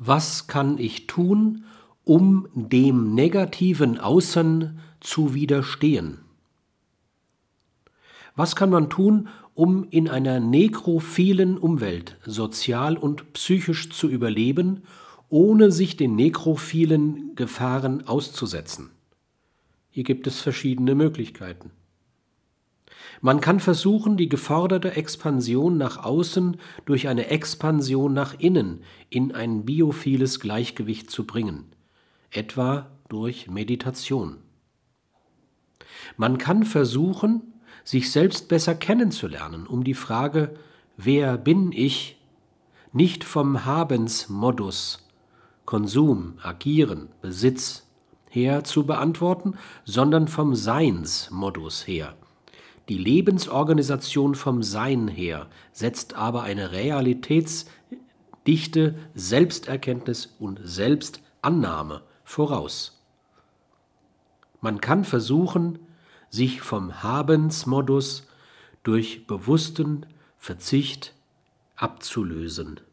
Was kann ich tun, um dem negativen Außen zu widerstehen? Was kann man tun, um in einer nekrophilen Umwelt sozial und psychisch zu überleben, ohne sich den nekrophilen Gefahren auszusetzen? Hier gibt es verschiedene Möglichkeiten. Man kann versuchen, die geforderte Expansion nach außen durch eine Expansion nach innen in ein biophiles Gleichgewicht zu bringen, etwa durch Meditation. Man kann versuchen, sich selbst besser kennenzulernen, um die Frage, wer bin ich, nicht vom Habensmodus, Konsum, Agieren, Besitz her zu beantworten, sondern vom Seinsmodus her. Die Lebensorganisation vom Sein her setzt aber eine realitätsdichte Selbsterkenntnis und Selbstannahme voraus. Man kann versuchen, sich vom Habensmodus durch bewussten Verzicht abzulösen.